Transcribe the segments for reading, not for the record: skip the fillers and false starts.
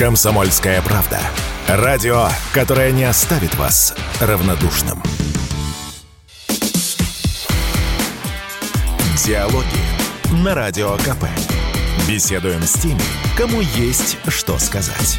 «Комсомольская правда». Радио, которое не оставит вас равнодушным. Диалоги на Радио КП. Беседуем с теми, кому есть что сказать.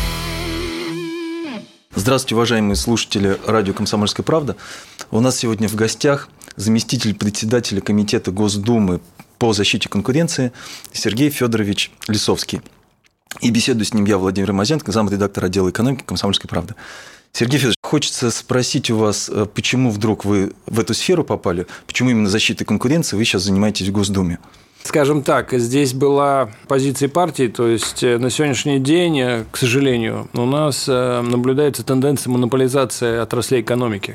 Здравствуйте, уважаемые слушатели радио «Комсомольская правда». У нас сегодня в гостях заместитель председателя Комитета Госдумы по защите конкуренции Сергей Федорович Лисовский. И беседую с ним я, Владимир Мазенко, замредактор отдела экономики «Комсомольской правды». Сергей Федорович, хочется спросить у вас, почему вдруг вы в эту сферу попали, почему именно защитой конкуренции вы сейчас занимаетесь в Госдуме? Скажем так, здесь была позиция партии, то есть на сегодняшний день, к сожалению, у нас наблюдается тенденция монополизации отраслей экономики.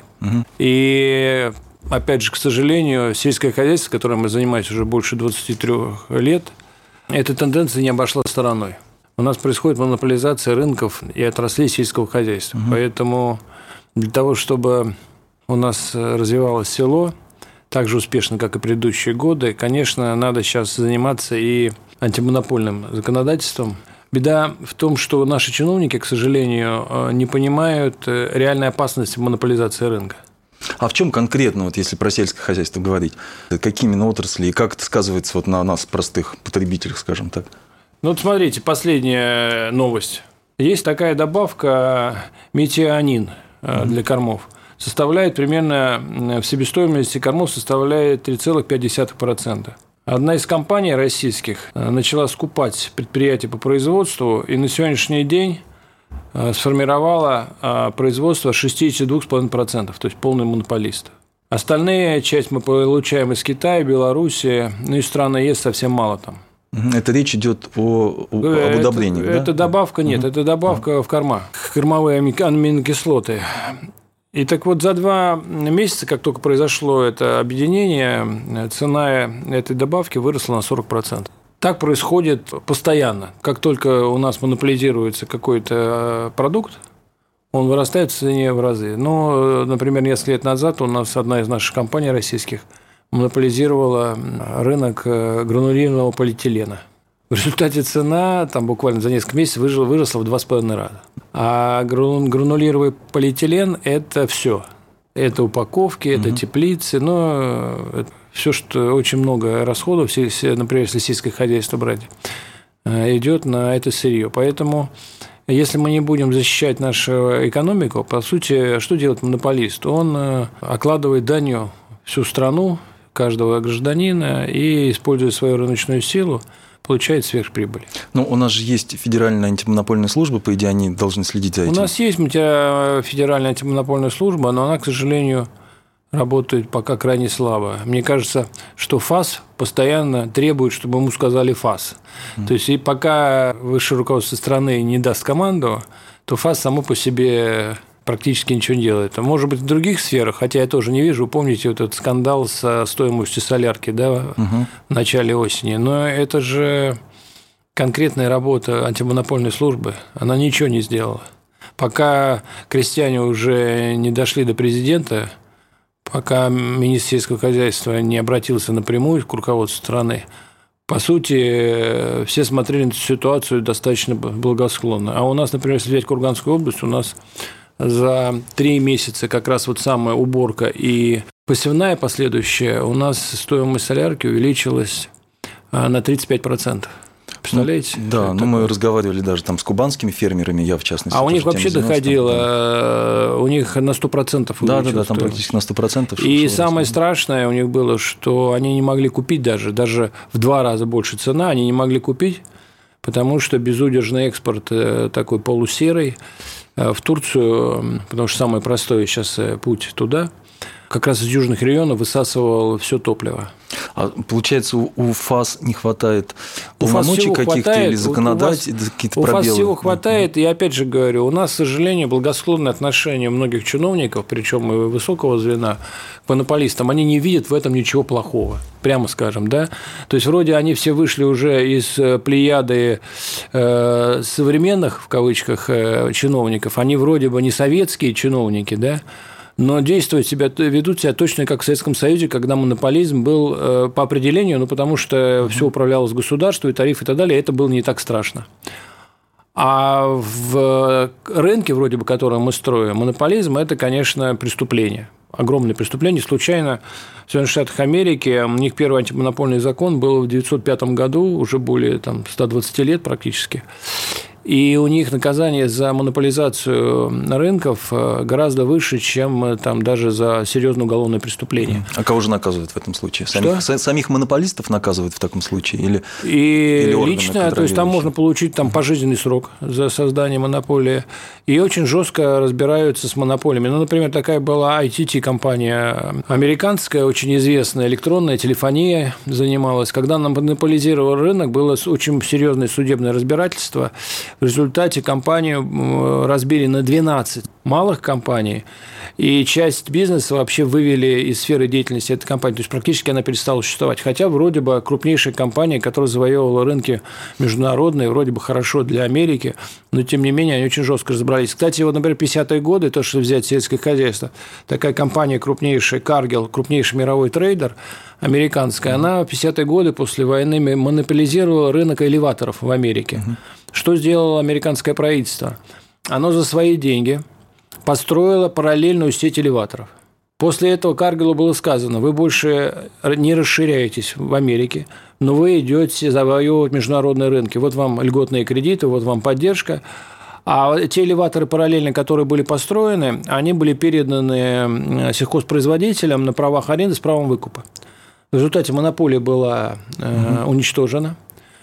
И, опять же, к сожалению, сельское хозяйство, которым мы занимаемся уже больше 23 лет, эта тенденция не обошла стороной. У нас происходит монополизация рынков и отраслей сельского хозяйства. Поэтому для того, чтобы у нас развивалось село так же успешно, как и предыдущие годы, конечно, надо сейчас заниматься и антимонопольным законодательством. Беда в том, что наши чиновники, к сожалению, не понимают реальной опасности монополизации рынка. А в чем конкретно, вот если про сельское хозяйство говорить, какие именно отрасли и как это сказывается вот на нас, простых потребителях, скажем так? Ну, вот смотрите, последняя новость. Есть такая добавка метионин для кормов. Составляет примерно, в себестоимости кормов составляет 3,5%. Одна из компаний российских начала скупать предприятия по производству и на сегодняшний день сформировала производство 62,5%, то есть полный монополист. Остальные часть мы получаем из Китая, Белоруссии, ну и стран ЕС совсем мало там. Это речь идет об удобрении, да? Это добавка, нет, это добавка в корма, кормовые аминокислоты. И так вот, за 2 месяца, как только произошло это объединение, цена этой добавки выросла на 40%. Так происходит постоянно. Как только у нас монополизируется какой-то продукт, он вырастает в цене в разы. Ну, например, несколько лет назад у нас одна из наших компаний российских монополизировала рынок гранулированного полиэтилена. В результате цена там буквально за несколько месяцев выросла в 2,5 раза. А гранулировый полиэтилен – это все. Это упаковки, это теплицы, но все, что очень много расходов, например, если сельское хозяйство брать, идет на это сырье. Поэтому, если мы не будем защищать нашу экономику, по сути, что делает монополист? Он окладывает данью всю страну, каждого гражданина и, используя свою рыночную силу, получает сверхприбыль. Ну, у нас же есть Федеральная антимонопольная служба, по идее, они должны следить за этим. У нас есть Федеральная антимонопольная служба, но она, к сожалению, работает пока крайне слабо. Мне кажется, что ФАС постоянно требует, чтобы ему сказали ФАС. То есть, и пока высшее руководство страны не даст команду, то ФАС само по себе практически ничего не делает. Может быть, в других сферах, хотя я тоже не вижу. Помните вот этот скандал со стоимостью солярки, да, в начале осени? Но это же конкретная работа антимонопольной службы. Она ничего не сделала. Пока крестьяне уже не дошли до президента, пока министр сельского хозяйства не обратился напрямую к руководству страны, по сути, все смотрели на эту ситуацию достаточно благосклонно. А у нас, например, если взять Курганскую область, у нас за 3 месяца как раз вот самая уборка и посевная последующая, у нас стоимость солярки увеличилась на 35%. Представляете? Да, но мы разговаривали даже там с кубанскими фермерами, я в частности. А у них вообще доходило, у них на 100% увеличилось. Да, там практически на 100%. И самое страшное у них было, что они не могли купить даже в 2 раза больше цена, они не могли купить, потому что безудержный экспорт такой полусерый в Турцию, потому что самый простой сейчас путь туда, как раз из южных регионов высасывал все топливо. А получается, у ФАС не хватает полномочий каких-то или законодательств, какие-то пробелы? У ФАС всего хватает, и опять же говорю, у нас, к сожалению, благосклонное отношение многих чиновников, причем и высокого звена, к монополистам, они не видят в этом ничего плохого, прямо скажем, да. То есть, вроде они все вышли уже из плеяды современных, в кавычках, чиновников, они вроде бы не советские чиновники, да, но ведут себя точно как в Советском Союзе, когда монополизм был по определению, потому что все управлялось государством, и тарифы и так далее, это было не так страшно. А в рынке, вроде бы, который мы строим, монополизм – это, конечно, преступление. Огромное преступление. Случайно в Соединенных Штатах Америки у них первый антимонопольный закон был в 1905 году, уже более 120 лет практически. И у них наказание за монополизацию рынков гораздо выше, чем даже за серьезное уголовное преступление. А кого же наказывают в этом случае? Самих монополистов наказывают в таком случае? Или лично, то есть там можно получить пожизненный срок за создание монополии. И очень жестко разбираются с монополиями. Например, такая была ITT-компания американская, очень известная, электронная телефония занималась. Когда она монополизировала рынок, было очень серьезное судебное разбирательство. В результате компанию разбили на 12 малых компаний, и часть бизнеса вообще вывели из сферы деятельности этой компании. То есть практически она перестала существовать. Хотя вроде бы крупнейшая компания, которая завоевывала рынки международные, вроде бы хорошо для Америки, но тем не менее они очень жестко разобрались. Кстати, например, 50-е годы, то, что взять сельское хозяйство, такая компания крупнейшая, Cargill, крупнейший мировой трейдер, американская, она в 50-е годы после войны монополизировала рынок элеваторов в Америке. Что сделало американское правительство? Оно за свои деньги построило параллельную сеть элеваторов. После этого Каргиллу было сказано: вы больше не расширяетесь в Америке, но вы идете завоевывать международные рынки. Вот вам льготные кредиты, вот вам поддержка. А те элеваторы параллельно, которые были построены, они были переданы сельхозпроизводителям на правах аренды с правом выкупа. В результате монополия была уничтожена.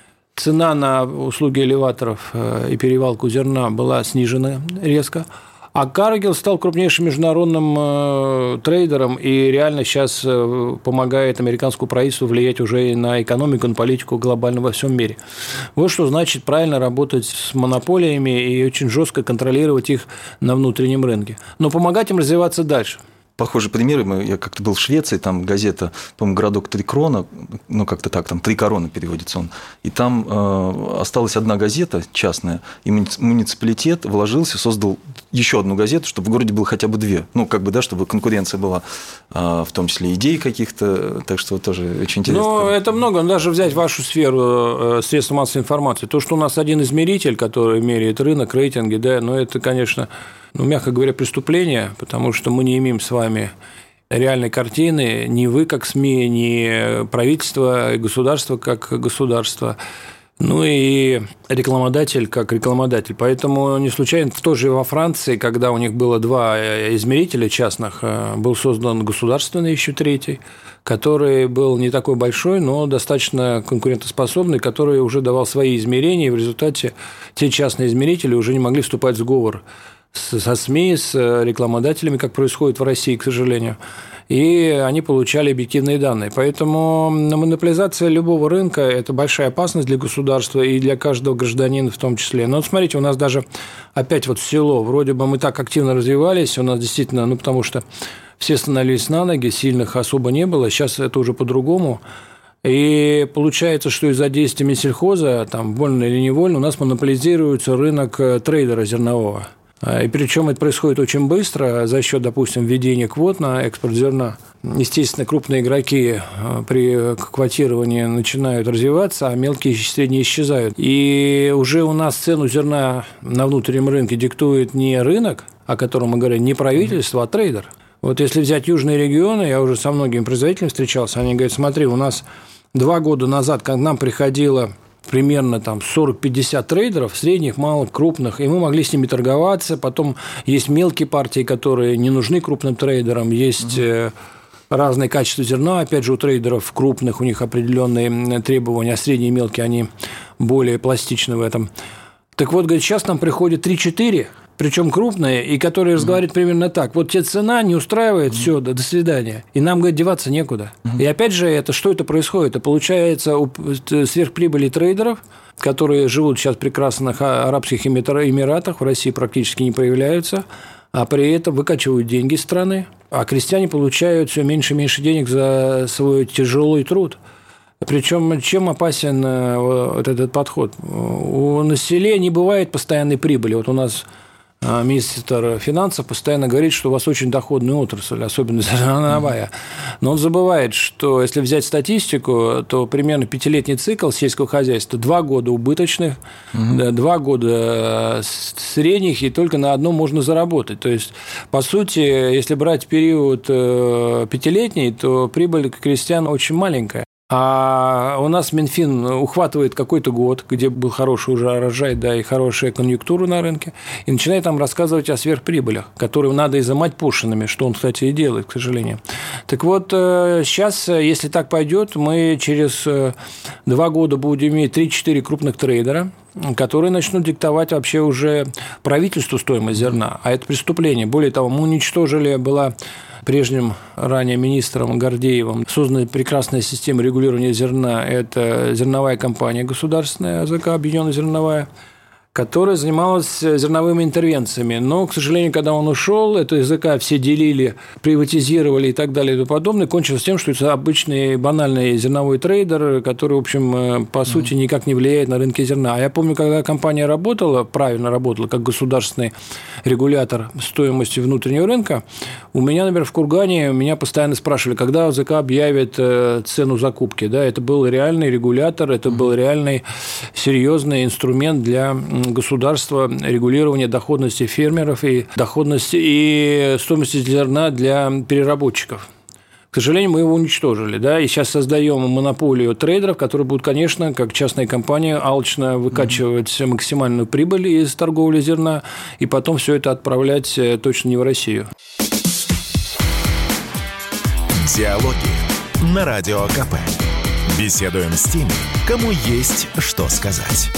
Цена на услуги элеваторов и перевалку зерна была снижена резко, а Cargill стал крупнейшим международным трейдером и реально сейчас помогает американскому правительству влиять уже и на экономику, на политику глобально во всем мире. Вот что значит правильно работать с монополиями и очень жестко контролировать их на внутреннем рынке, но помогать им развиваться дальше. Похожий пример. Я как-то был в Швеции, там газета, по-моему, «Городок Три Крона», как-то так, там «Три короны» переводится он. И там осталась одна газета частная, и муниципалитет вложился, создал еще одну газету, чтобы в городе было хотя бы две. Чтобы конкуренция была, в том числе идей каких-то, так что тоже очень интересно. Это много. Даже взять вашу сферу средств массовой информации. То, что у нас один измеритель, который меряет рынок, рейтинги, это, конечно, мягко говоря, преступление, потому что мы не имеем с вами реальной картины, ни вы как СМИ, ни правительство и государство как государство, и рекламодатель как рекламодатель. Поэтому не случайно тоже во Франции, когда у них было два измерителя частных, был создан государственный еще третий, который был не такой большой, но достаточно конкурентоспособный, который уже давал свои измерения, и в результате те частные измерители уже не могли вступать в сговор со СМИ, с рекламодателями, как происходит в России, к сожалению, и они получали объективные данные. Поэтому монополизация любого рынка – это большая опасность для государства и для каждого гражданина в том числе. Но смотрите, у нас даже опять село, вроде бы мы так активно развивались, у нас действительно, потому что все становились на ноги, сильных особо не было, сейчас это уже по-другому. И получается, что из-за действия Минсельхоза, вольно или невольно, у нас монополизируется рынок трейдера зернового. И причем это происходит очень быстро за счет, допустим, введения квот на экспорт зерна. Естественно, крупные игроки при квотировании начинают развиваться, а мелкие и средние исчезают. И уже у нас цену зерна на внутреннем рынке диктует не рынок, о котором мы говорим, не правительство, а трейдер. Вот если взять южные регионы, я уже со многими производителями встречался, они говорят: смотри, у нас 2 года назад, когда к нам приходило примерно 40-50 трейдеров, средних, малых, крупных, и мы могли с ними торговаться. Потом есть мелкие партии, которые не нужны крупным трейдерам, есть разные качества зерна, опять же, у трейдеров крупных у них определенные требования, а средние и мелкие, они более пластичны в этом. Так вот, говорит, сейчас нам приходит 3-4, причем крупные, и которые разговаривают примерно так: вот тебе цена не устраивает, все, до свидания. И нам, говорит, деваться некуда. И опять же, что это происходит? Это получается сверхприбыли трейдеров, которые живут сейчас в прекрасных Арабских Эмиратах, в России практически не появляются, а при этом выкачивают деньги из страны, а крестьяне получают все меньше и меньше денег за свой тяжелый труд. Причем чем опасен вот этот подход? У населения не бывает постоянной прибыли. Вот у нас министр финансов постоянно говорит, что у вас очень доходная отрасль, особенно зерновая. Но он забывает, что если взять статистику, то примерно 5-летний цикл сельского хозяйства, 2 года убыточных, 2 года средних, и только на одном можно заработать. То есть, по сути, если брать период 5-летний, то прибыль крестьян очень маленькая. А у нас Минфин ухватывает какой-то год, где был хороший уже урожай, да, и хорошая конъюнктура на рынке, и начинает там рассказывать о сверхприбылях, которые надо изымать пошлинами, что он, кстати, и делает, к сожалению. Так вот, сейчас, если так пойдет, мы через 2 года будем иметь 3-4 крупных трейдера, которые начнут диктовать вообще уже правительству стоимость зерна, а это преступление. Более того, мы уничтожили, была прежним ранее министром Гордеевым создана прекрасная система регулирования зерна. Это зерновая компания государственная, АЗК, объединенная зерновая, которая занималась зерновыми интервенциями. Но, к сожалению, когда он ушел, это языка все делили, приватизировали и так далее и тому подобное, кончилось тем, что это обычный банальный зерновой трейдер, который, в общем, по сути, никак не влияет на рынки зерна. А я помню, когда компания работала, правильно работала, как государственный регулятор стоимости внутреннего рынка, у меня, например, в Кургане меня постоянно спрашивали, когда АЗК объявит цену закупки. Да, это был реальный регулятор, это был реальный серьезный инструмент для государства регулирования доходности фермеров и доходности и стоимости зерна для переработчиков. К сожалению, мы его уничтожили, да, и сейчас создаем монополию трейдеров, которые будут, конечно, как частная компания, алчно выкачивать максимальную прибыль из торговли зерна и потом все это отправлять точно не в Россию. Диалоги на Радио КП. Беседуем с теми, кому есть что сказать.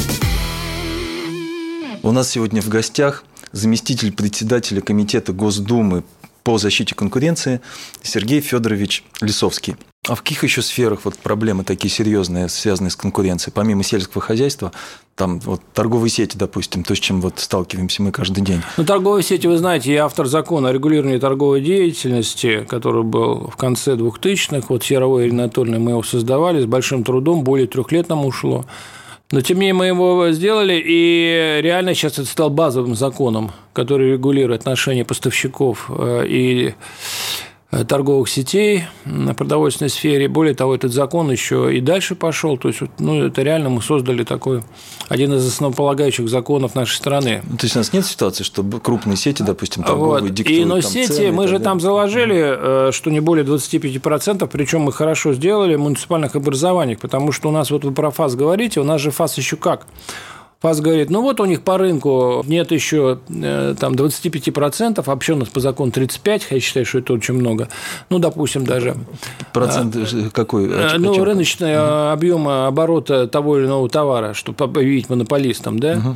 У нас сегодня в гостях заместитель председателя Комитета Госдумы по защите конкуренции Сергей Федорович Лисовский. А в каких еще сферах вот проблемы такие серьезные, связанные с конкуренцией, помимо сельского хозяйства, там вот торговые сети, допустим, то, с чем вот сталкиваемся мы каждый день? Ну, торговые сети, вы знаете, я автор закона о регулировании торговой деятельности, который был в конце 2000-х, вот с Яровой Ириной Анатольевной мы его создавали с большим трудом, более 3 лет нам ушло. Но, тем не менее, мы его сделали, и реально сейчас это стал базовым законом, который регулирует отношения поставщиков и торговых сетей на продовольственной сфере. Более того, этот закон еще и дальше пошел. То есть, ну, это реально мы создали такой один из основополагающих законов нашей страны. То есть, у нас нет ситуации, что крупные сети, допустим, торговые, вот. Диктуют но там сети, цены, мы же там заложили, что не более 25%, причем мы хорошо сделали в муниципальных образованиях, потому что у нас, вот вы про ФАС говорите, у нас же ФАС еще как? ФАС говорит, ну вот у них по рынку нет еще там 25%, вообще у нас по закону 35%, я считаю, что это очень много. Ну, допустим, даже. Процент какой? Ну, рыночный объем оборота того или иного товара, чтобы объявить монополистом, да?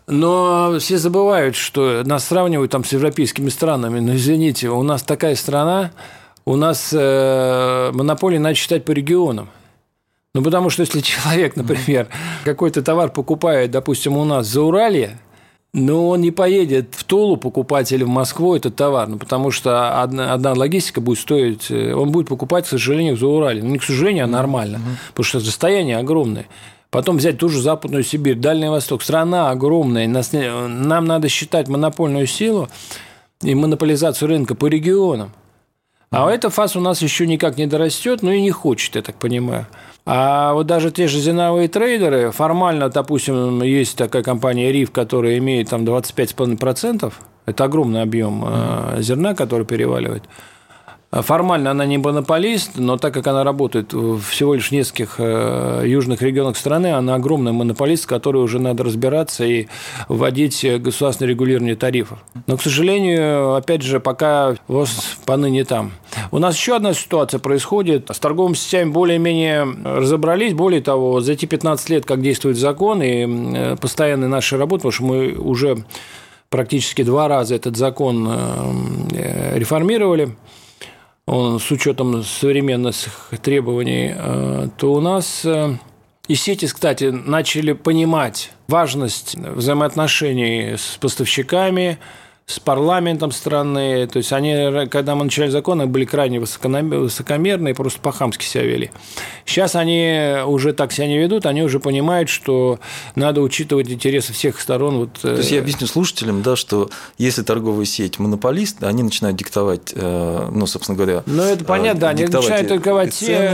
Но все забывают, что нас сравнивают там с европейскими странами. Но, извините, у нас такая страна, у нас монополии надо считать по регионам. Ну, потому что если человек, например, какой-то товар покупает, допустим, у нас в Зауралье, но он не поедет в Тулу покупать или в Москву этот товар, ну, потому что одна логистика будет стоить, он будет покупать, к сожалению, в Зауралье. Ну, не к сожалению, а нормально, потому что расстояние огромное. Потом взять ту же Западную Сибирь, Дальний Восток. Страна огромная, нам надо считать монопольную силу и монополизацию рынка по регионам. А эта ФАС у нас еще никак не дорастет, ну и не хочет, я так понимаю. А вот даже те же зерновые трейдеры, формально, допустим, есть такая компания РИФ, которая имеет там 25,5%, это огромный объем зерна, который переваливает. Формально она не монополист, но так как она работает всего лишь в нескольких южных регионах страны, она огромный монополист, который уже надо разбираться и вводить государственное регулирование тарифов. Но, к сожалению, опять же, пока ВОЗ поныне там. У нас еще одна ситуация происходит. С торговыми сетями более-менее разобрались. Более того, за эти 15 лет, как действует закон, и постоянной нашей работы, потому что мы уже практически 2 раза этот закон реформировали, он с учетом современных требований, то у нас и сети, кстати, начали понимать важность взаимоотношений с поставщиками, с парламентом страны. То есть они, когда мы начали закон, были крайне высокомерные, просто по-хамски себя вели. Сейчас они уже так себя не ведут, они уже понимают, что надо учитывать интересы всех сторон. То есть я объясню слушателям, да, что если торговая сеть монополист, они начинают диктовать, собственно говоря... Ну, это понятно, да, они начинают диктовать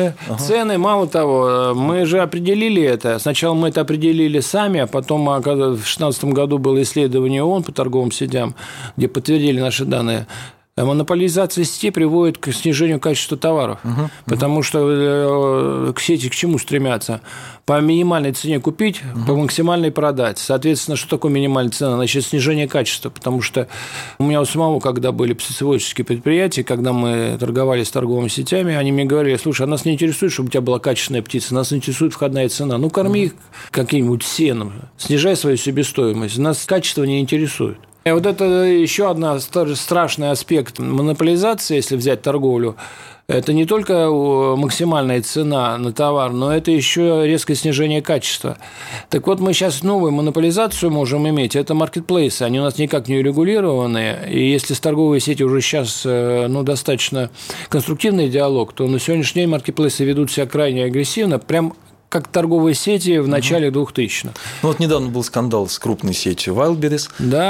цены. Мало того, мы же определили это. Сначала мы это определили сами, а потом, когда в 2016 году было исследование ООН по торговым сетям, где подтвердили наши данные, монополизация сети приводит к снижению качества товаров, потому что к сети к чему стремятся? По минимальной цене купить, по максимальной продать. Соответственно, что такое минимальная цена? Значит, снижение качества, потому что у меня у самого, когда были птицеводческие предприятия, когда мы торговали с торговыми сетями, они мне говорили: слушай, а нас не интересует, чтобы у тебя была качественная птица, нас интересует входная цена. Ну, корми их каким-нибудь сеном, снижай свою себестоимость, нас качество не интересует. И вот это еще один страшный аспект монополизации, если взять торговлю. Это не только максимальная цена на товар, но это еще резкое снижение качества. Так вот, мы сейчас новую монополизацию можем иметь. Это маркетплейсы. Они у нас никак не урегулированы. И если с торговой сетью уже сейчас достаточно конструктивный диалог, то на сегодняшний день маркетплейсы ведут себя крайне агрессивно, прям как торговые сети в начале 2000-х. Ну, вот недавно был скандал с крупной сетью Wildberries.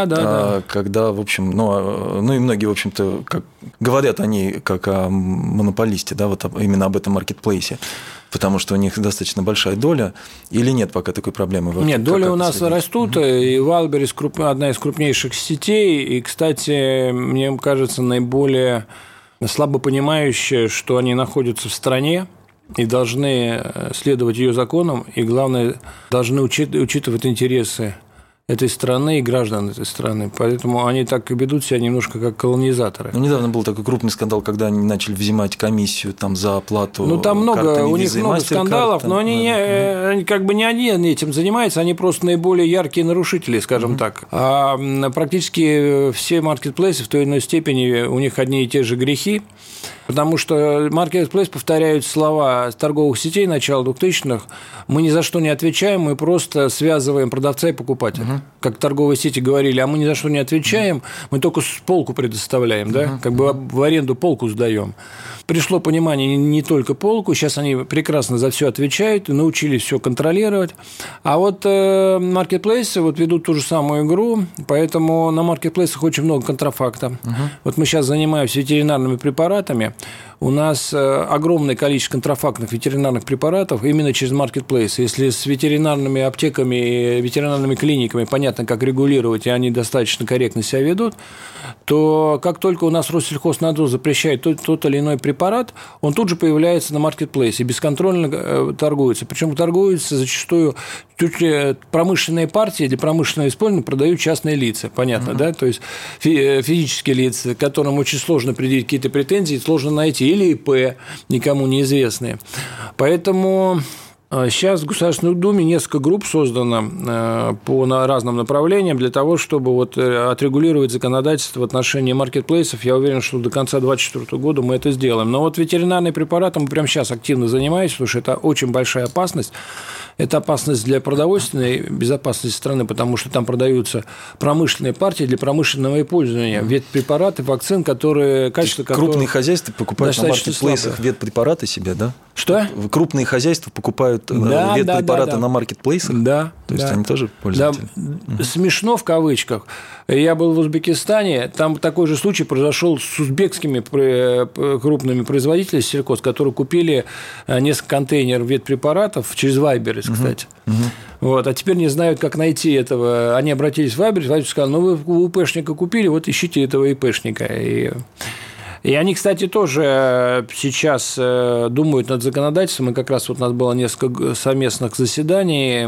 Да. Когда, в общем, и многие, в общем-то, говорят они как о монополисте, да, вот именно об этом маркетплейсе. Потому что у них достаточно большая доля, или нет пока такой проблемы? Нет, доли у нас растут, и Wildberries одна из крупнейших сетей, и, кстати, мне кажется, наиболее слабо понимающая, что они находятся в стране, и должны следовать ее законам, и, главное, должны учитывать интересы этой страны и граждан этой страны. Поэтому они так и ведут себя немножко как колонизаторы. Недавно был такой крупный скандал, когда они начали взимать комиссию за оплату. Там много, у них много скандалов, но они не они этим занимаются, они просто наиболее яркие нарушители, скажем так. А практически все маркетплейсы в той или иной степени, у них одни и те же грехи. Потому что маркетплейс повторяют слова торговых сетей начала 2000-х. Мы ни за что не отвечаем, мы просто связываем продавца и покупателя. Как торговые сети говорили, а мы ни за что не отвечаем, мы только полку предоставляем, да? Как бы в аренду полку сдаем. Пришло понимание не только полку, сейчас они прекрасно за все отвечают, научились все контролировать. А вот маркетплейсы ведут ту же самую игру, поэтому на маркетплейсах очень много контрафакта. Вот мы сейчас занимаемся ветеринарными препаратами. У нас огромное количество контрафактных ветеринарных препаратов именно через маркетплейсы. Если с ветеринарными аптеками и ветеринарными клиниками понятно, как регулировать, и они достаточно корректно себя ведут, то как только у нас Россельхознадзор запрещает тот или иной препарат, он тут же появляется на маркетплейсе, бесконтрольно торгуется. Причем торгуются зачастую промышленные партии для промышленного использования продают частные лица, понятно, да? То есть физические лица, которым очень сложно предъявить какие-то претензии, сложно найти, или ИП, никому неизвестные. Поэтому сейчас в Государственной Думе несколько групп создано по разным направлениям для того, чтобы отрегулировать законодательство в отношении маркетплейсов. Я уверен, что до конца 2024 года мы это сделаем. Но ветеринарные препараты мы прямо сейчас активно занимаемся, потому что это очень большая опасность. Это опасность для продовольственной безопасности страны, потому что там продаются промышленные партии для промышленного использования. Ветпрепараты, вакцин, качество которых... Крупные хозяйства покупают на маркетплейсах ветпрепараты себе, да? Что? Крупные хозяйства покупают ветпрепараты на маркетплейсах? Да. То есть они тоже пользователи? Да. Смешно в кавычках. Я был в Узбекистане, там такой же случай произошел с узбекскими крупными производителями сельхоз, которые купили несколько контейнеров ветпрепаратов через Wildberries, кстати. А теперь не знают, как найти этого. Они обратились в Wildberries сказали: вы у ИПшника купили, ищите этого ИПшника. И они, кстати, тоже сейчас думают над законодательством, и как раз у нас было несколько совместных заседаний,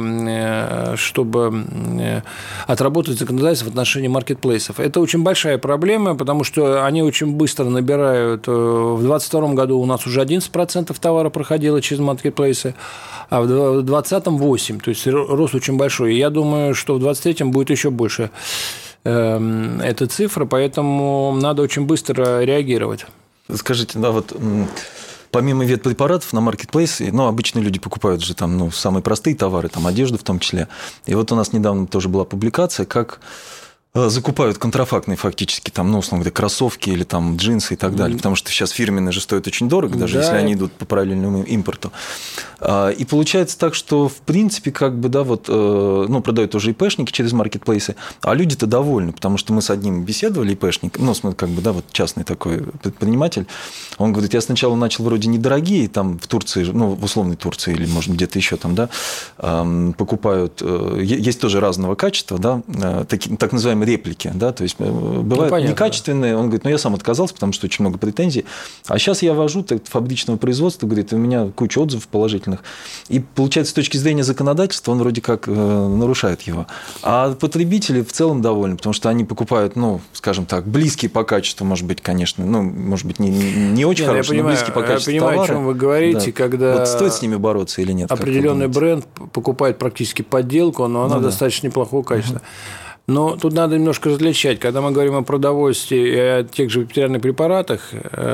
чтобы отработать законодательство в отношении маркетплейсов. Это очень большая проблема, потому что они очень быстро набирают. В 2022 году у нас уже 11% товара проходило через маркетплейсы, а в 2020 – 8%. То есть рост очень большой. И я думаю, что в 2023 будет еще больше эта цифра, поэтому надо очень быстро реагировать. Скажите, помимо ветпрепаратов на маркетплейсе, обычные люди покупают же самые простые товары, одежду в том числе. И у нас недавно тоже была публикация, как закупают контрафактные фактически, там, ну, условно говоря, кроссовки или там джинсы и так далее, потому что сейчас фирменные же стоят очень дорого, даже если они идут по параллельному импорту. И получается так, что, в принципе, как бы, да, вот, ну, продают тоже ИПшники через маркетплейсы, а люди-то довольны, потому что мы с одним беседовали, ИПшник, ну, как бы, да, вот частный такой предприниматель, он говорит, я сначала начал вроде недорогие, там, в Турции, ну, в условной Турции или, может, где-то еще там, да, покупают, есть тоже разного качества, да, так называемые реплики, да, то есть бывают некачественные, он говорит, ну я сам отказался, потому что очень много претензий, а сейчас я вожу фабричного производства, говорит, у меня куча отзывов положительных, и получается с точки зрения законодательства он вроде как нарушает его, а потребители в целом довольны, потому что они покупают, ну, скажем так, близкие по качеству, может быть, конечно, ну, может быть, не очень хорошие, но близкие по качеству товары. Я понимаю, о чем вы говорите, да. Когда вот стоит с ними бороться или нет? Определенный бренд покупает практически подделку, но она достаточно неплохого качества. Но тут надо немножко различать. Когда мы говорим о продовольствии и о тех же ветеринарных препаратах,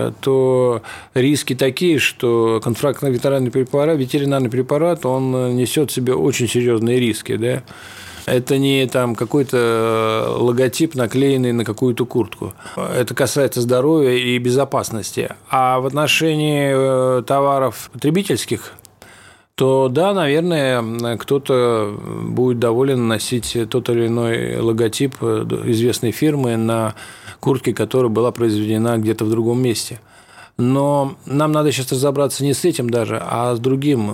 то риски такие, что контрафактный ветеринарный препарат, он несет в себе очень серьезные риски. Да? Это не там какой-то логотип, наклеенный на какую-то куртку. Это касается здоровья и безопасности. А в отношении товаров потребительских, то да, наверное, кто-то будет доволен носить тот или иной логотип известной фирмы на куртке, которая была произведена где-то в другом месте. Но нам надо сейчас разобраться не с этим даже, а с другим.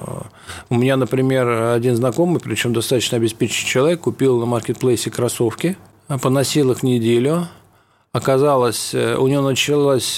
У меня, например, один знакомый, причем достаточно обеспеченный человек, купил на маркетплейсе кроссовки, поносил их неделю. Оказалось, у него началась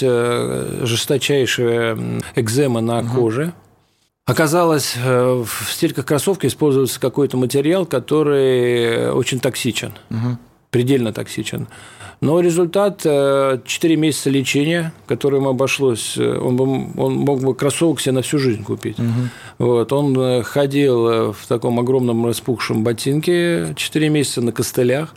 жесточайшая экзема на коже. Оказалось, в стельках кроссовки используется какой-то материал, который очень токсичен, предельно токсичен. Но результат – 4 месяца лечения, которое ему обошлось, он мог бы кроссовок себе на всю жизнь купить. Вот, он ходил в таком огромном распухшем ботинке 4 месяца на костылях.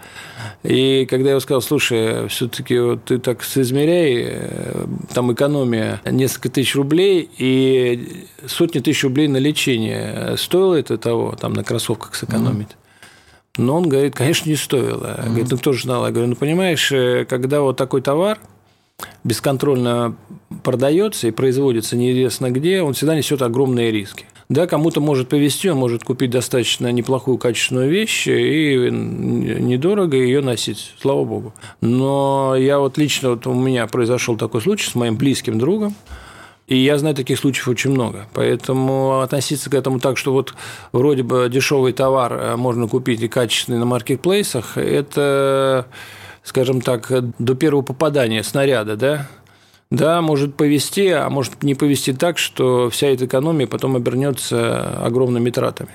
И когда я ему сказал, слушай, все-таки вот ты так соизмеряй, там экономия несколько тысяч рублей и сотни тысяч рублей на лечение, стоило это того, там на кроссовках сэкономить? Но он говорит, конечно, не стоило. Говорит, ну кто же знал? Я говорю, ну понимаешь, когда вот такой товар бесконтрольно продается и производится неизвестно где, он всегда несет огромные риски. Да, кому-то может повезти, он может купить достаточно неплохую качественную вещь и недорого ее носить, слава богу. Но я вот лично, вот у меня произошел такой случай с моим близким другом, и я знаю, таких случаев очень много. Поэтому относиться к этому так, что вот вроде бы дешевый товар можно купить и качественный на маркетплейсах, это, скажем так, до первого попадания снаряда, да? Да, может повезти, а может не повезти так, что вся эта экономия потом обернется огромными тратами.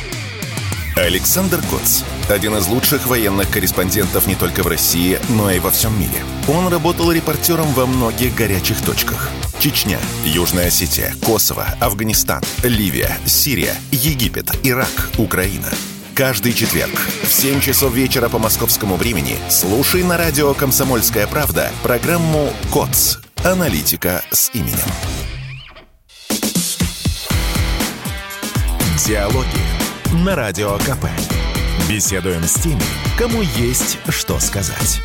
Александр Коц – один из лучших военных корреспондентов не только в России, но и во всем мире. Он работал репортером во многих горячих точках. Чечня, Южная Осетия, Косово, Афганистан, Ливия, Сирия, Египет, Ирак, Украина. Каждый четверг в 7 часов вечера по московскому времени слушай на радио «Комсомольская правда» программу «КОЦ. Аналитика с именем». Диалоги на Радио КП. Беседуем с теми, кому есть что сказать.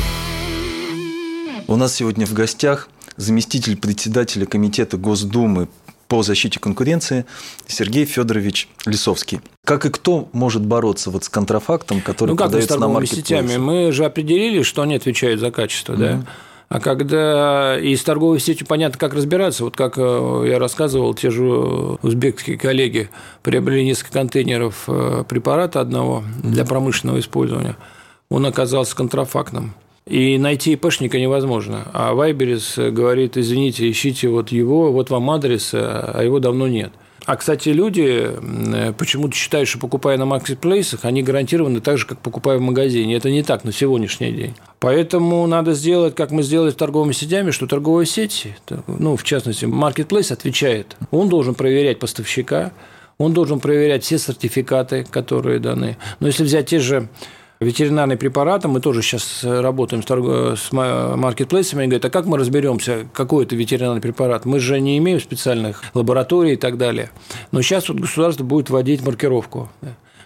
У нас сегодня в гостях заместитель председателя Комитета Госдумы по защите конкуренции Сергей Федорович Лисовский. Как и кто может бороться вот с контрафактом, который продается на маркетплейсе? Мы же определили, что они отвечают за качество, да? А когда и с торговой сетью понятно, как разбираться, вот как я рассказывал, те же узбекские коллеги приобрели несколько контейнеров препарата одного для промышленного использования, он оказался контрафактным. И найти ИПшника невозможно. А Вайберис говорит, извините, ищите вот его, вот вам адрес, а его давно нет. А, кстати, люди почему-то считают, что покупая на маркетплейсах, они гарантированы так же, как покупая в магазине. Это не так на сегодняшний день. Поэтому надо сделать, как мы сделали с торговыми сетями, что торговая сеть, ну, в частности, маркетплейс отвечает. Он должен проверять поставщика, он должен проверять все сертификаты, которые даны. Но если взять те же ветеринарные препараты, мы тоже сейчас работаем с маркетплейсами, они говорят, а как мы разберемся, какой это ветеринарный препарат? Мы же не имеем специальных лабораторий и так далее. Но сейчас вот государство будет вводить маркировку.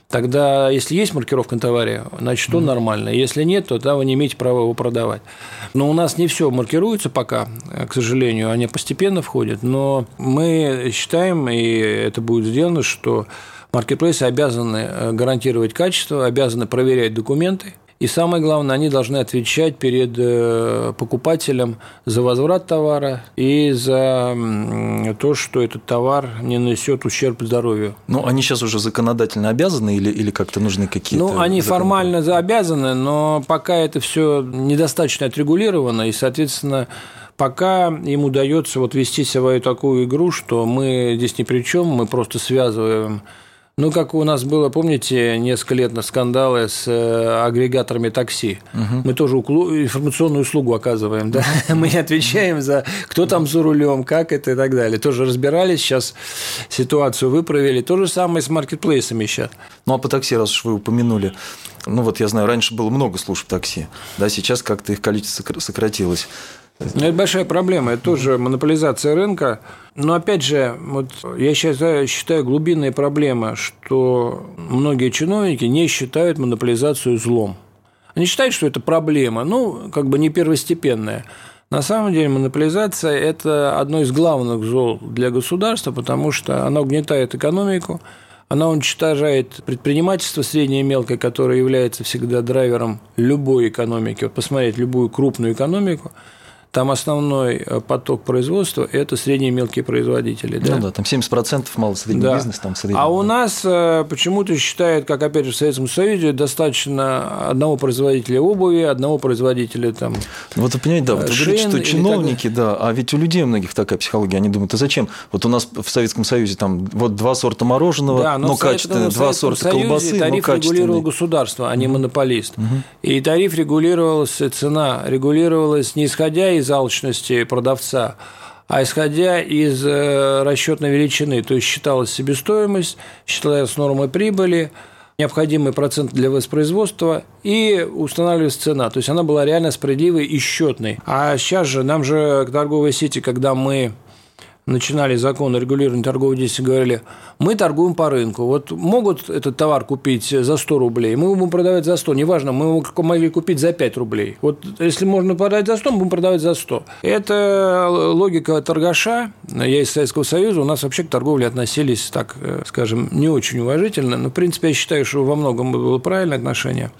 Тогда, если есть маркировка на товаре, значит, он нормальный. Если нет, то тогда вы не имеете права его продавать. Но у нас не все маркируется пока, к сожалению, они постепенно входят. Но мы считаем, и это будет сделано, что маркетплейсы обязаны гарантировать качество, обязаны проверять документы. И самое главное, они должны отвечать перед покупателем за возврат товара и за то, что этот товар не нанесет ущерб здоровью. Ну, они сейчас уже законодательно обязаны или как-то нужны какие-то… Ну, они формально обязаны, но пока это все недостаточно отрегулировано, и, соответственно, пока им удается вот вести свою такую игру, что мы здесь ни при чем, мы просто связываем. Ну, как у нас было, помните, несколько лет на скандалы с агрегаторами такси. Угу. Мы тоже информационную услугу оказываем, да? Мы не отвечаем за кто там за рулем, как это и так далее. Тоже разбирались, сейчас ситуацию выправили. То же самое с маркетплейсами сейчас. Ну, а по такси, раз уж вы упомянули, ну, вот я знаю, раньше было много служб такси, да, сейчас как-то их количество сократилось. Это большая проблема, это тоже монополизация рынка. Но, опять же, вот я считаю глубинная проблема, что многие чиновники не считают монополизацию злом. Они считают, что это проблема, ну, как бы не первостепенная. На самом деле монополизация – это одно из главных зол для государства, потому что она угнетает экономику, она уничтожает предпринимательство среднее и мелкое, которое является всегда драйвером любой экономики. Вот посмотреть любую крупную экономику, там основной поток производства – это средние и мелкие производители. Да? Ну да, там 70% малый средний бизнес, там средний. А у нас почему-то считают, как опять же в Советском Союзе, достаточно одного производителя обуви, одного производителя там. Вот вы понимаете, да, вот вы говорите, что чиновники, да, а ведь у людей многих такая психология, они думают, а зачем? Вот у нас в Советском Союзе там вот 2 сорта мороженого, да, но качественные, 2 сорта колбасы, но тариф регулировал государство, а не монополист. И тариф регулировался, цена регулировалась не исходя из алчности продавца, а исходя из расчетной величины, то есть считалась себестоимость, считалась нормой прибыли, необходимый процент для воспроизводства и устанавливалась цена. То есть она была реально справедливой и счетной. А сейчас же нам же торговые сети, когда мы начинали закон о регулировании торговой деятельности, говорили, мы торгуем по рынку. Вот могут этот товар купить за 100 рублей, мы будем продавать за 100. Неважно, мы его могли купить за 5 рублей. Вот если можно продать за 100, мы будем продавать за 100. Это логика торгаша. Я из Советского Союза, у нас вообще к торговле относились, так скажем, не очень уважительно. Но, в принципе, я считаю, что во многом было правильное отношение.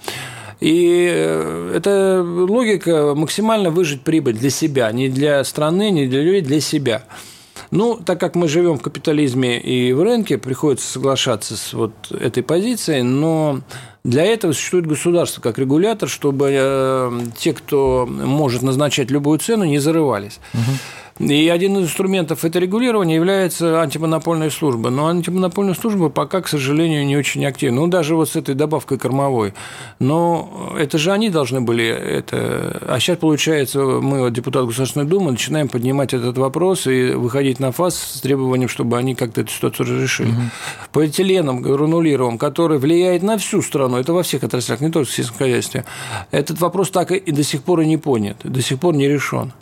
И эта логика максимально выжать прибыль для себя, не для страны, не для людей, для себя. Ну, так как мы живем в капитализме и в рынке, приходится соглашаться с вот этой позицией, но для этого существует государство как регулятор, чтобы те, кто может назначать любую цену, не зарывались. И один из инструментов это регулирования является антимонопольная служба. Но антимонопольная служба пока, к сожалению, не очень активна. Ну, даже вот с этой добавкой кормовой. Но это же они должны были это… А сейчас, получается, мы, вот, депутаты Государственной Думы, начинаем поднимать этот вопрос и выходить на ФАС с требованием, чтобы они как-то эту ситуацию разрешили. Полиэтиленом гранулировым, который влияет на всю страну, это во всех отраслях, не только в сельском хозяйстве, этот вопрос так и до сих пор и не понят, до сих пор не решен.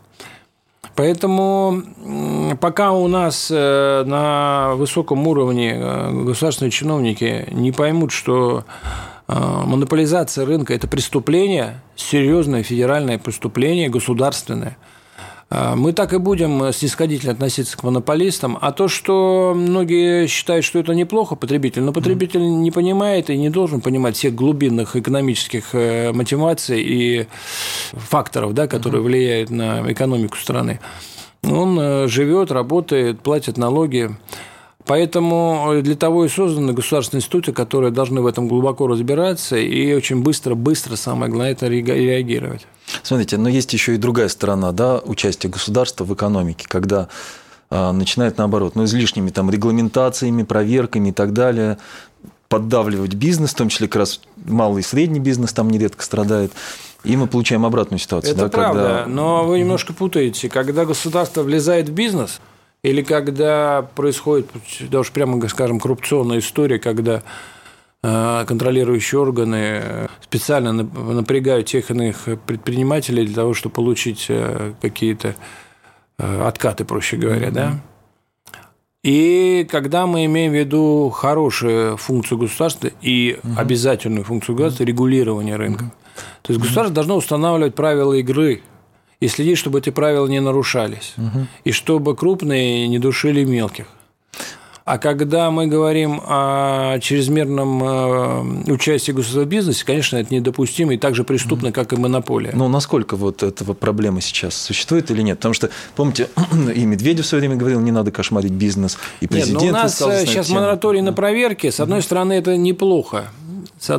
Поэтому пока у нас на высоком уровне государственные чиновники не поймут, что монополизация рынка – это преступление, серьезное федеральное преступление, государственное, мы так и будем снисходительно относиться к монополистам. А то, что многие считают, что это неплохо, потребитель, но потребитель не понимает и не должен понимать всех глубинных экономических мотиваций и факторов, да, которые влияют на экономику страны. Он живет, работает, платит налоги. Поэтому для того и созданы государственные институты, которые должны в этом глубоко разбираться и очень быстро, самое главное, это реагировать. Смотрите, но есть еще и другая сторона, да, участия государства в экономике, когда начинает наоборот, излишними там регламентациями, проверками и так далее, поддавливать бизнес, в том числе как раз малый и средний бизнес там нередко страдает. И мы получаем обратную ситуацию. Это правда, но вы немножко путаете. Когда государство влезает в бизнес, или когда происходит, да уж прямо скажем, коррупционная история, когда контролирующие органы специально напрягают тех иных предпринимателей для того, чтобы получить какие-то откаты, проще говоря, да? И когда мы имеем в виду хорошую функцию государства и обязательную функцию государства регулирования рынка, то есть государство должно устанавливать правила игры и следить, чтобы эти правила не нарушались, и чтобы крупные не душили мелких. А когда мы говорим о чрезмерном участии государства в бизнесе, конечно, это недопустимо и так же преступно, как и монополия. Ну, насколько вот этого проблема сейчас существует или нет? Потому что, помните, и Медведев в свое время говорил, не надо кошмарить бизнес, и президент... Нет, у нас сейчас мораторий на проверки. С одной стороны, это неплохо. С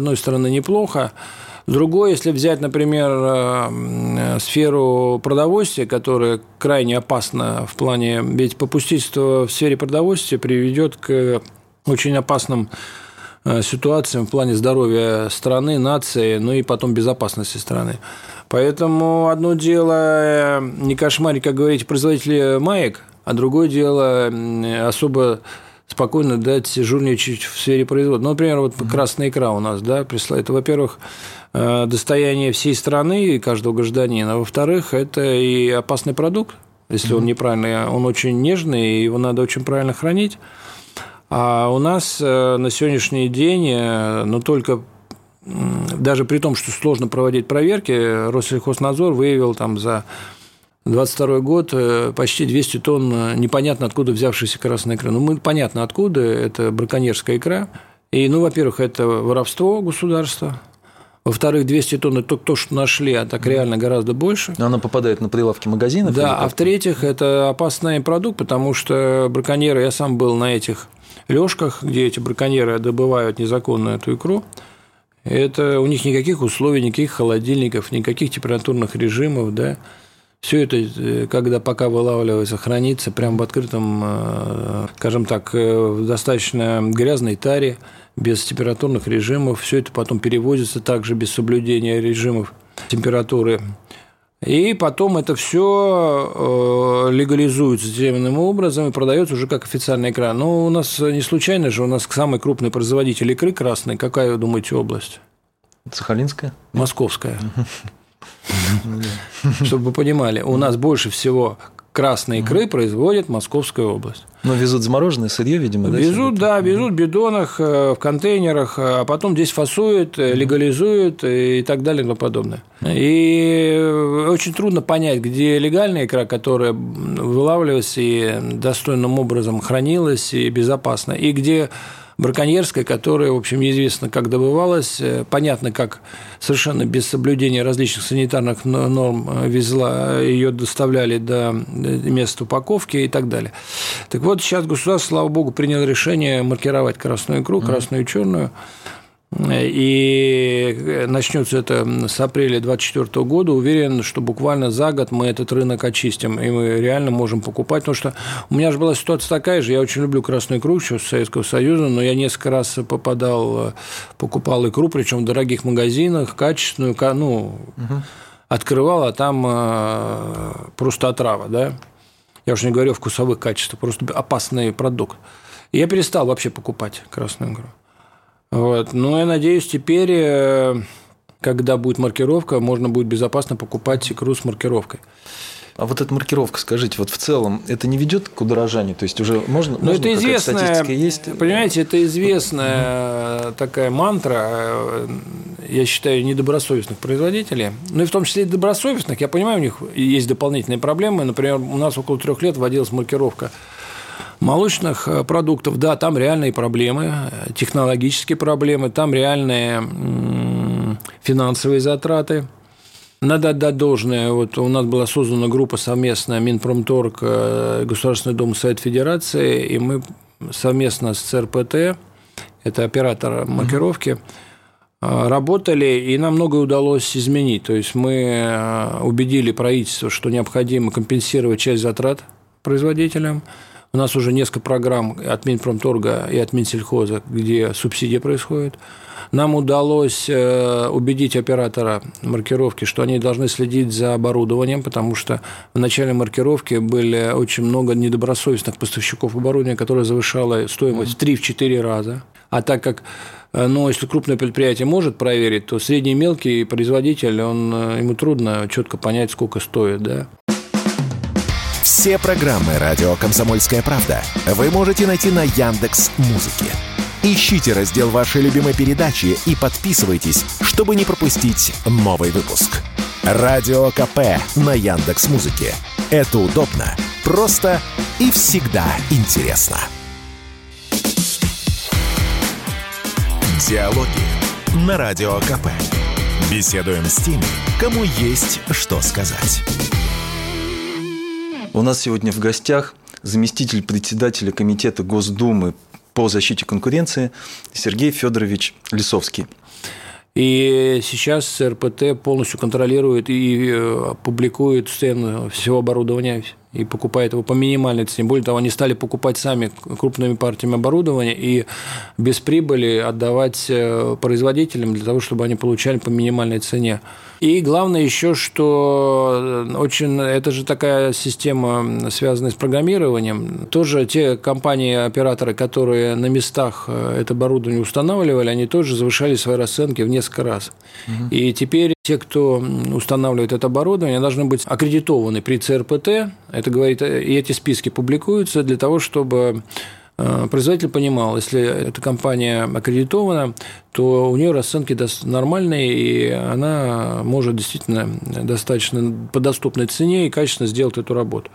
другой, если взять, например, сферу продовольствия, которая крайне опасна в плане... Ведь попустительство в сфере продовольствия приведет к очень опасным ситуациям в плане здоровья страны, нации, ну и потом безопасности страны. Поэтому одно дело не кошмарить, как говорите, производители маек, а другое дело особо спокойно дать жульничать в сфере производства. Ну, например, вот красная икра у нас, да, это, во-первых, достояние всей страны и каждого гражданина, а во-вторых, это и опасный продукт, если он неправильный, он очень нежный, и его надо очень правильно хранить. А у нас на сегодняшний день, но только даже при том, что сложно проводить проверки, Россельхознадзор выявил там за 2022 год почти 200 тонн непонятно откуда взявшейся красной икры. Ну, понятно откуда, это браконьерская икра. И, ну, во-первых, это воровство государства. Во-вторых, 200 тонн – это то, что нашли, а так реально гораздо больше. Но она попадает на прилавки магазинов? Да, а в-третьих, это опасный продукт, потому что браконьеры, я сам был на этих лёжках, где эти браконьеры добывают незаконно эту икру. Это у них никаких условий, никаких холодильников, никаких температурных режимов, да. Все это, когда пока вылавливается, хранится прямо в открытом, скажем так, в достаточно грязной таре, без температурных режимов. Все это потом перевозится также без соблюдения режимов температуры. И потом это все легализуется тем образом и продается уже как официальная икра. Но у нас не случайно же, у нас самый крупный производитель икры красной. Какая, вы думаете, область? Сахалинская? Московская. Чтобы вы понимали, у нас больше всего красной икры производит Московская область. Но везут замороженное сырье, видимо, да? Везут, да, везут в бидонах, в контейнерах, а потом здесь фасуют, легализуют и так далее и тому подобное. И очень трудно понять, где легальная икра, которая вылавливалась и достойным образом хранилась и безопасно, и где браконьерская, которая, в общем, неизвестно, как добывалась, понятно, как совершенно без соблюдения различных санитарных норм везла, ее доставляли до места упаковки и так далее. Так вот, сейчас государство, слава богу, приняло решение маркировать красную икру, красную и черную. И начнется это с апреля 2024 года. Уверен, что буквально за год мы этот рынок очистим, и мы реально можем покупать. Потому что у меня же была ситуация такая же. Я очень люблю красную икру еще с Советского Союза, но я несколько раз покупал икру, причем в дорогих магазинах, качественную, открывал, а там просто отрава, да. Я уже не говорю о вкусовых качествах, просто опасный продукт. И я перестал вообще покупать красную икру. Вот. Ну, я надеюсь, теперь, когда будет маркировка, можно будет безопасно покупать икру с маркировкой. А вот эта маркировка, скажите, вот в целом это не ведет к удорожанию? То есть уже можно это известная, статистика есть? Понимаете, это известная такая мантра, я считаю, недобросовестных производителей, ну и в том числе и добросовестных. Я понимаю, у них есть дополнительные проблемы. Например, у нас около 3 лет вводилась маркировка молочных продуктов, да, там реальные проблемы, технологические проблемы, там реальные финансовые затраты. Надо отдать должное. Вот у нас была создана группа совместная Минпромторг, Государственная Дума, Совет Федерации, и мы совместно с ЦРПТ, это оператор маркировки, работали, и нам многое удалось изменить. То есть мы убедили правительство, что необходимо компенсировать часть затрат производителям. У нас уже несколько программ от Минпромторга и от Минсельхоза, где субсидия происходит. Нам удалось убедить оператора маркировки, что они должны следить за оборудованием, потому что в начале маркировки были очень много недобросовестных поставщиков оборудования, которое завышало стоимость в 3-4 раза. А так как, если крупное предприятие может проверить, то средний и мелкий производитель, ему трудно четко понять, сколько стоит, да. Все программы «Радио Комсомольская правда» вы можете найти на Яндекс.Музыке. Ищите раздел вашей любимой передачи и подписывайтесь, чтобы не пропустить новый выпуск. Радио КП на Яндекс.Музыке. Это удобно, просто и всегда интересно. Диалоги на Радио КП. Беседуем с теми, кому есть что сказать. У нас сегодня в гостях заместитель председателя Комитета Госдумы по защите конкуренции Сергей Федорович Лисовский. И сейчас РПТ полностью контролирует и публикует цену всего оборудования и покупает его по минимальной цене. Более того, они стали покупать сами крупными партиями оборудования и без прибыли отдавать производителям для того, чтобы они получали по минимальной цене. И главное еще, что это же такая система, связанная с программированием. Тоже те компании-операторы, которые на местах это оборудование устанавливали, они тоже завышали свои расценки в несколько раз. Угу. И теперь те, кто устанавливает это оборудование, должны быть аккредитованы при ЦРПТ. Это говорит, и эти списки публикуются для того, чтобы производитель понимал, если эта компания аккредитована, то у нее расценки нормальные, и она может действительно достаточно по доступной цене и качественно сделать эту работу.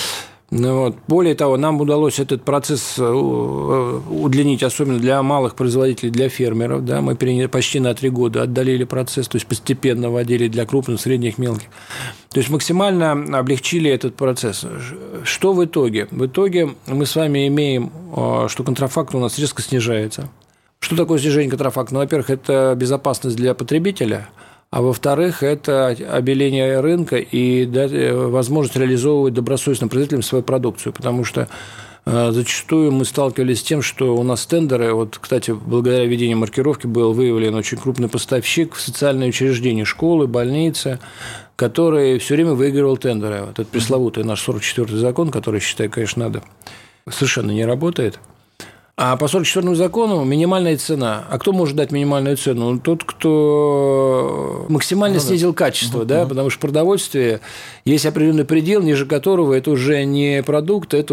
Вот. Более того, нам удалось этот процесс удлинить, особенно для малых производителей, для фермеров. Да? Мы почти на 3 года отдалили процесс, то есть постепенно вводили для крупных, средних, мелких. То есть максимально облегчили этот процесс. Что в итоге? В итоге мы с вами имеем, что контрафакт у нас резко снижается. Что такое снижение контрафакта? Ну, во-первых, это безопасность для потребителя. А во-вторых, это обеление рынка и возможность реализовывать добросовестным производителям свою продукцию, потому что зачастую мы сталкивались с тем, что у нас тендеры, вот, кстати, благодаря введению маркировки был выявлен очень крупный поставщик в социальные учреждения, школы, больницы, который все время выигрывал тендеры. Вот этот пресловутый наш 44-й закон, который, я считаю, конечно, надо, совершенно не работает. А по 44-му закону минимальная цена. А кто может дать минимальную цену? Ну, тот, кто максимально снизил качество, да, потому что в продовольствии есть определенный предел, ниже которого это уже не продукт, это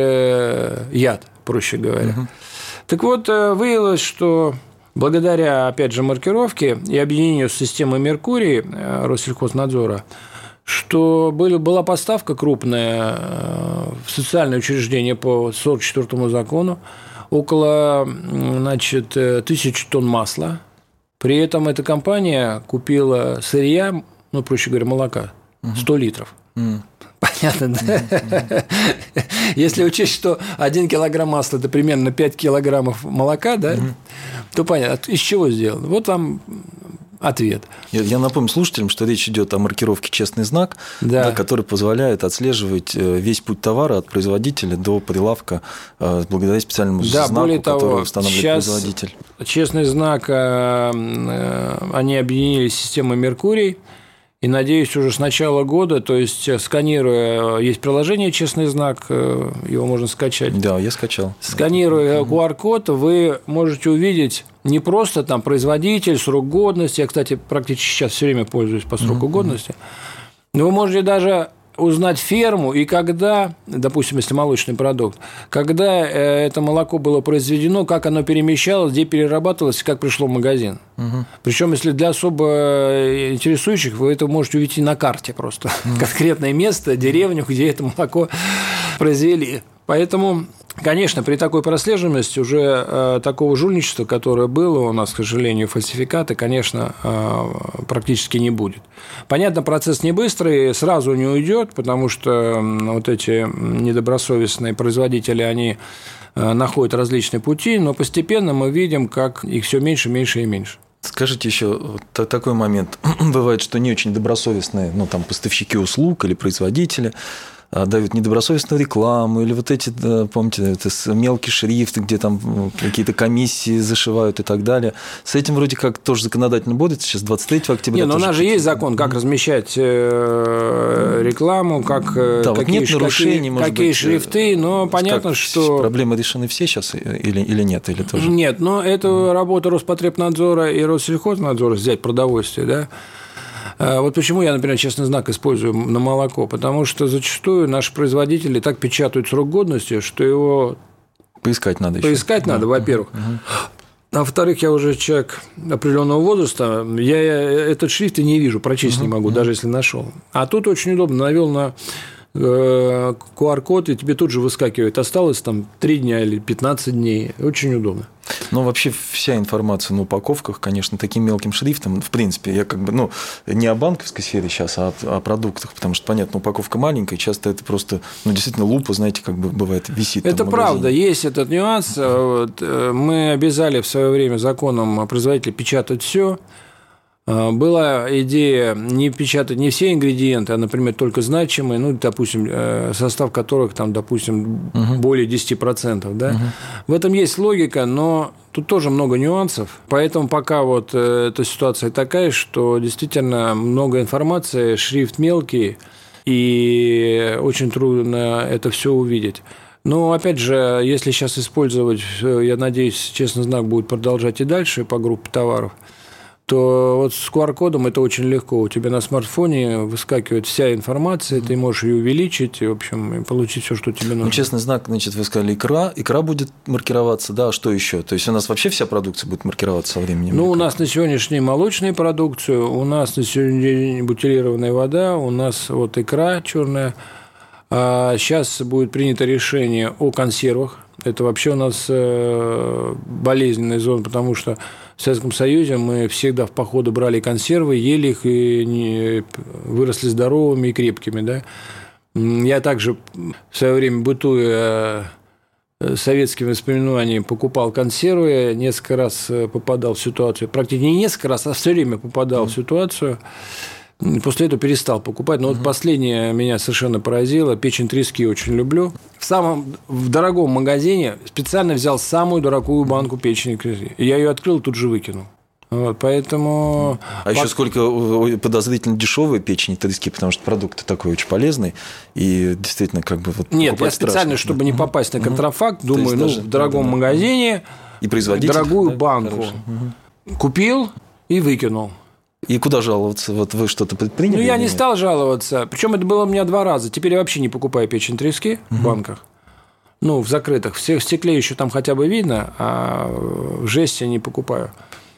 уже яд, проще говоря. Так вот, выявилось, что благодаря, опять же, маркировке и объединению с системой Меркурий Россельхознадзора, что была поставка крупная в социальное учреждение по 44-му закону, около 1000 тонн масла. При этом эта компания купила сырья, ну, проще говоря, молока, 100 литров. Понятно, да? Если учесть, что 1 килограмм масла – это примерно 5 килограммов молока, да, то понятно, из чего сделано. Вот вам ответ. Я напомню слушателям, что речь идет о маркировке «Честный знак», да, который позволяет отслеживать весь путь товара от производителя до прилавка благодаря специальному знаку, который устанавливает производитель. «Честный знак» они объединили с системой «Меркурий». И, надеюсь, уже с начала года, то есть сканируя, есть приложение «Честный знак», его можно скачать. Да, я скачал. Сканируя QR-код, вы можете увидеть не просто там производитель, срок годности. Я, кстати, практически сейчас все время пользуюсь по сроку годности. Но вы можете даже узнать ферму и когда, допустим, если молочный продукт, когда это молоко было произведено, как оно перемещалось, где перерабатывалось, как пришло в магазин. Причем, если для особо интересующих, вы это можете увидеть на карте просто. Конкретное место, деревню, где это молоко произвели. Поэтому, конечно, при такой прослеживаемости уже такого жульничества, которое было у нас, к сожалению, фальсификаты, конечно, практически не будет. Понятно, процесс не быстрый, сразу не уйдет, потому что вот эти недобросовестные производители, они находят различные пути, но постепенно мы видим, как их все меньше, меньше и меньше. Скажите еще такой момент. Бывает, что не очень добросовестные, ну, там, поставщики услуг или производители дают недобросовестную рекламу, или вот эти, помните, это мелкий шрифт, где там какие-то комиссии зашивают и так далее. С этим вроде как тоже законодательно борется. Сейчас 23 октября. Нет, но у нас же есть закон, как размещать рекламу, как да, вот нет нарушений, какие шрифты, но понятно, что… Проблемы решены все сейчас или нет? Или тоже? Нет, но это работа Роспотребнадзора и Россельхознадзора, взять продовольствие, да. Вот почему я, например, честный знак использую на молоко, потому что зачастую наши производители так печатают срок годности, что его поискать надо. Поискать надо, во-первых. А во-вторых, я уже человек определенного возраста, я этот шрифт и не вижу, прочесть не могу, даже если нашел. А тут очень удобно, навел на QR-код, и тебе тут же выскакивает. Осталось там 3 дня или 15 дней. Очень удобно. Но вообще вся информация на упаковках, конечно, таким мелким шрифтом, в принципе, я как бы, не о банковской сфере сейчас, а о продуктах, потому что, понятно, упаковка маленькая, часто это просто, действительно, лупа, знаете, как бы бывает, висит. Это правда, есть этот нюанс. Мы обязали в свое время законом производителя печатать все. Была идея не печатать не все ингредиенты, а, например, только значимые, допустим, состав которых, там, допустим, более 10%. Да? В этом есть логика, но тут тоже много нюансов. Поэтому пока вот эта ситуация такая, что действительно много информации, шрифт мелкий, и очень трудно это все увидеть. Но, опять же, если сейчас использовать, я надеюсь, честный знак будет продолжать и дальше по группе товаров, то вот с QR-кодом это очень легко. У тебя на смартфоне выскакивает вся информация, ты можешь ее увеличить, и, в общем, получить все, что тебе нужно. Честный знак, значит, вы сказали, икра будет маркироваться, да, а что еще? То есть у нас вообще вся продукция будет маркироваться со временем? У нас на сегодняшний день молочная продукция, у нас на сегодняшний день бутилированная вода, у нас вот икра черная. А сейчас будет принято решение о консервах. Это вообще у нас болезненная зона, потому что в Советском Союзе мы всегда в походы брали консервы, ели их и выросли здоровыми и крепкими. Да? Я также в свое время, бытуя советскими воспоминаниями, покупал консервы, несколько раз попадал в ситуацию, практически не несколько раз, а все время попадал в ситуацию. После этого перестал покупать. Но вот последнее меня совершенно поразило. Печень трески очень люблю. В дорогом магазине специально взял самую дорогую банку печени трески. Я ее открыл и тут же выкинул. Вот, поэтому... еще сколько подозрительно дешевые печени трески, потому что продукт такой очень полезный. И действительно, как бы... Нет, я специально, чтобы не попасть на контрафакт, думаю, в дорогом магазине и производитель, дорогую банку купил и выкинул. И куда жаловаться? Вот вы что-то предприняли? Я не стал жаловаться. Причем это было у меня 2 раза. Теперь я вообще не покупаю печень трески в банках. В закрытых. В стекле еще там хотя бы видно, а в жести не покупаю.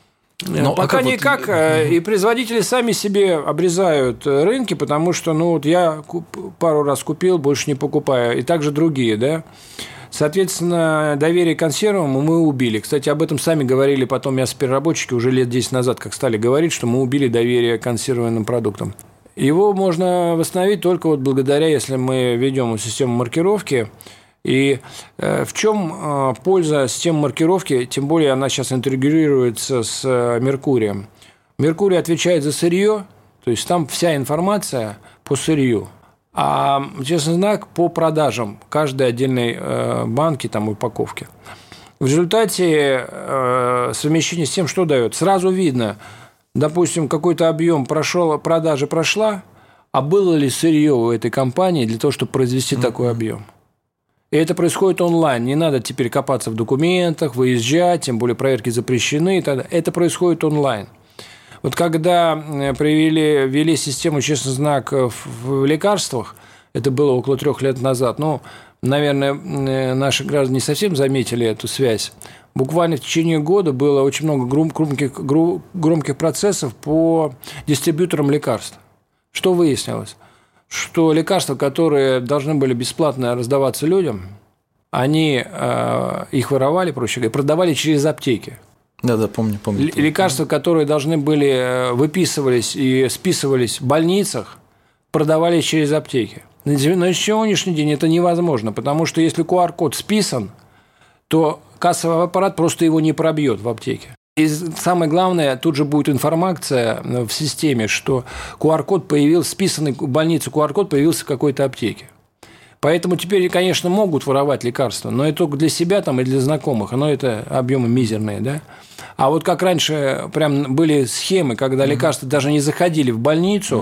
Пока никак. И производители сами себе обрезают рынки, потому что я пару раз купил, больше не покупаю. И также другие, да. Соответственно, доверие к консервам мы убили. Кстати, об этом сами говорили потом мясопереработчики уже лет 10 назад, как стали говорить, что мы убили доверие к консервированным продуктам. Его можно восстановить только благодаря, если мы ведем систему маркировки. И в чем польза системы маркировки, тем более она сейчас интегрируется с Меркурием. Меркурий отвечает за сырье, то есть там вся информация по сырью. А честный знак по продажам каждой отдельной банки, упаковки. В результате совмещение с тем, что дает. Сразу видно, допустим, какой-то объем продажи прошла, а было ли сырье у этой компании для того, чтобы произвести такой объем. И это происходит онлайн. Не надо теперь копаться в документах, выезжать, тем более проверки запрещены. Это происходит онлайн. Вот когда ввели систему «Честный знак» в лекарствах, это было около 3 лет назад, наверное, наши граждане не совсем заметили эту связь. Буквально в течение года было очень много громких процессов по дистрибьюторам лекарств. Что выяснилось? Что лекарства, которые должны были бесплатно раздаваться людям, они их воровали, проще говоря, продавали через аптеки. Да, помню. Лекарства, которые должны были выписывались и списывались в больницах, продавались через аптеки. На сегодняшний день это невозможно, потому что если QR-код списан, то кассовый аппарат просто его не пробьет в аптеке. И самое главное, тут же будет информация в системе, что QR-код появился, списанный в больнице QR-код появился в какой-то аптеке. Поэтому теперь, конечно, могут воровать лекарства, но это только для себя и для знакомых, но это объемы мизерные, да. А вот как раньше прям были схемы, когда лекарства даже не заходили в больницу,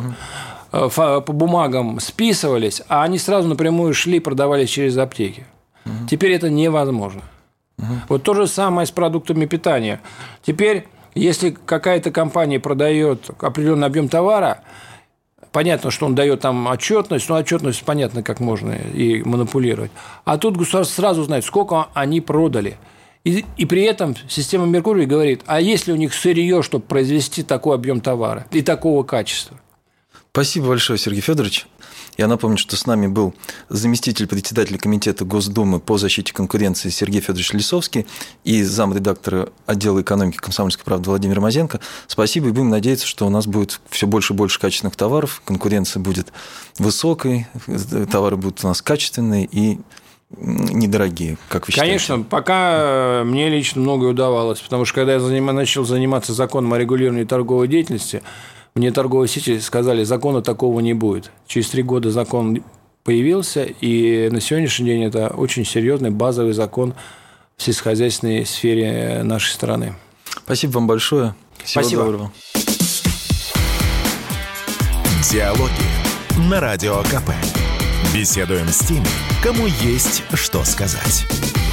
по бумагам списывались, а они сразу напрямую шли и продавались через аптеки. Теперь это невозможно. Вот то же самое с продуктами питания. Теперь Если какая-то компания продает определенный объем товара, понятно, что он дает там отчетность, но отчетность понятно, как можно и манипулировать. А тут государство сразу знает, сколько они продали. И при этом система Меркурий говорит, а есть ли у них сырье, чтобы произвести такой объем товара и такого качества? Спасибо большое, Сергей Федорович. Я напомню, что с нами был заместитель председателя Комитета Госдумы по защите конкуренции Сергей Федорович Лисовский и замредактора отдела экономики «Комсомольской правды» Владимир Мазенко. Спасибо, и будем надеяться, что у нас будет все больше и больше качественных товаров, конкуренция будет высокой, товары будут у нас качественные и недорогие, как вы считаете? Конечно, пока мне лично многое удавалось, потому что когда я начал заниматься законом о регулировании торговой деятельности, мне торговые сети сказали, закона такого не будет. Через 3 года закон появился, и на сегодняшний день это очень серьезный базовый закон в сельскохозяйственной сфере нашей страны. Спасибо вам большое. Всего Спасибо. доброго. Диалоги на Радио КП. Беседуем с теми, кому есть что сказать.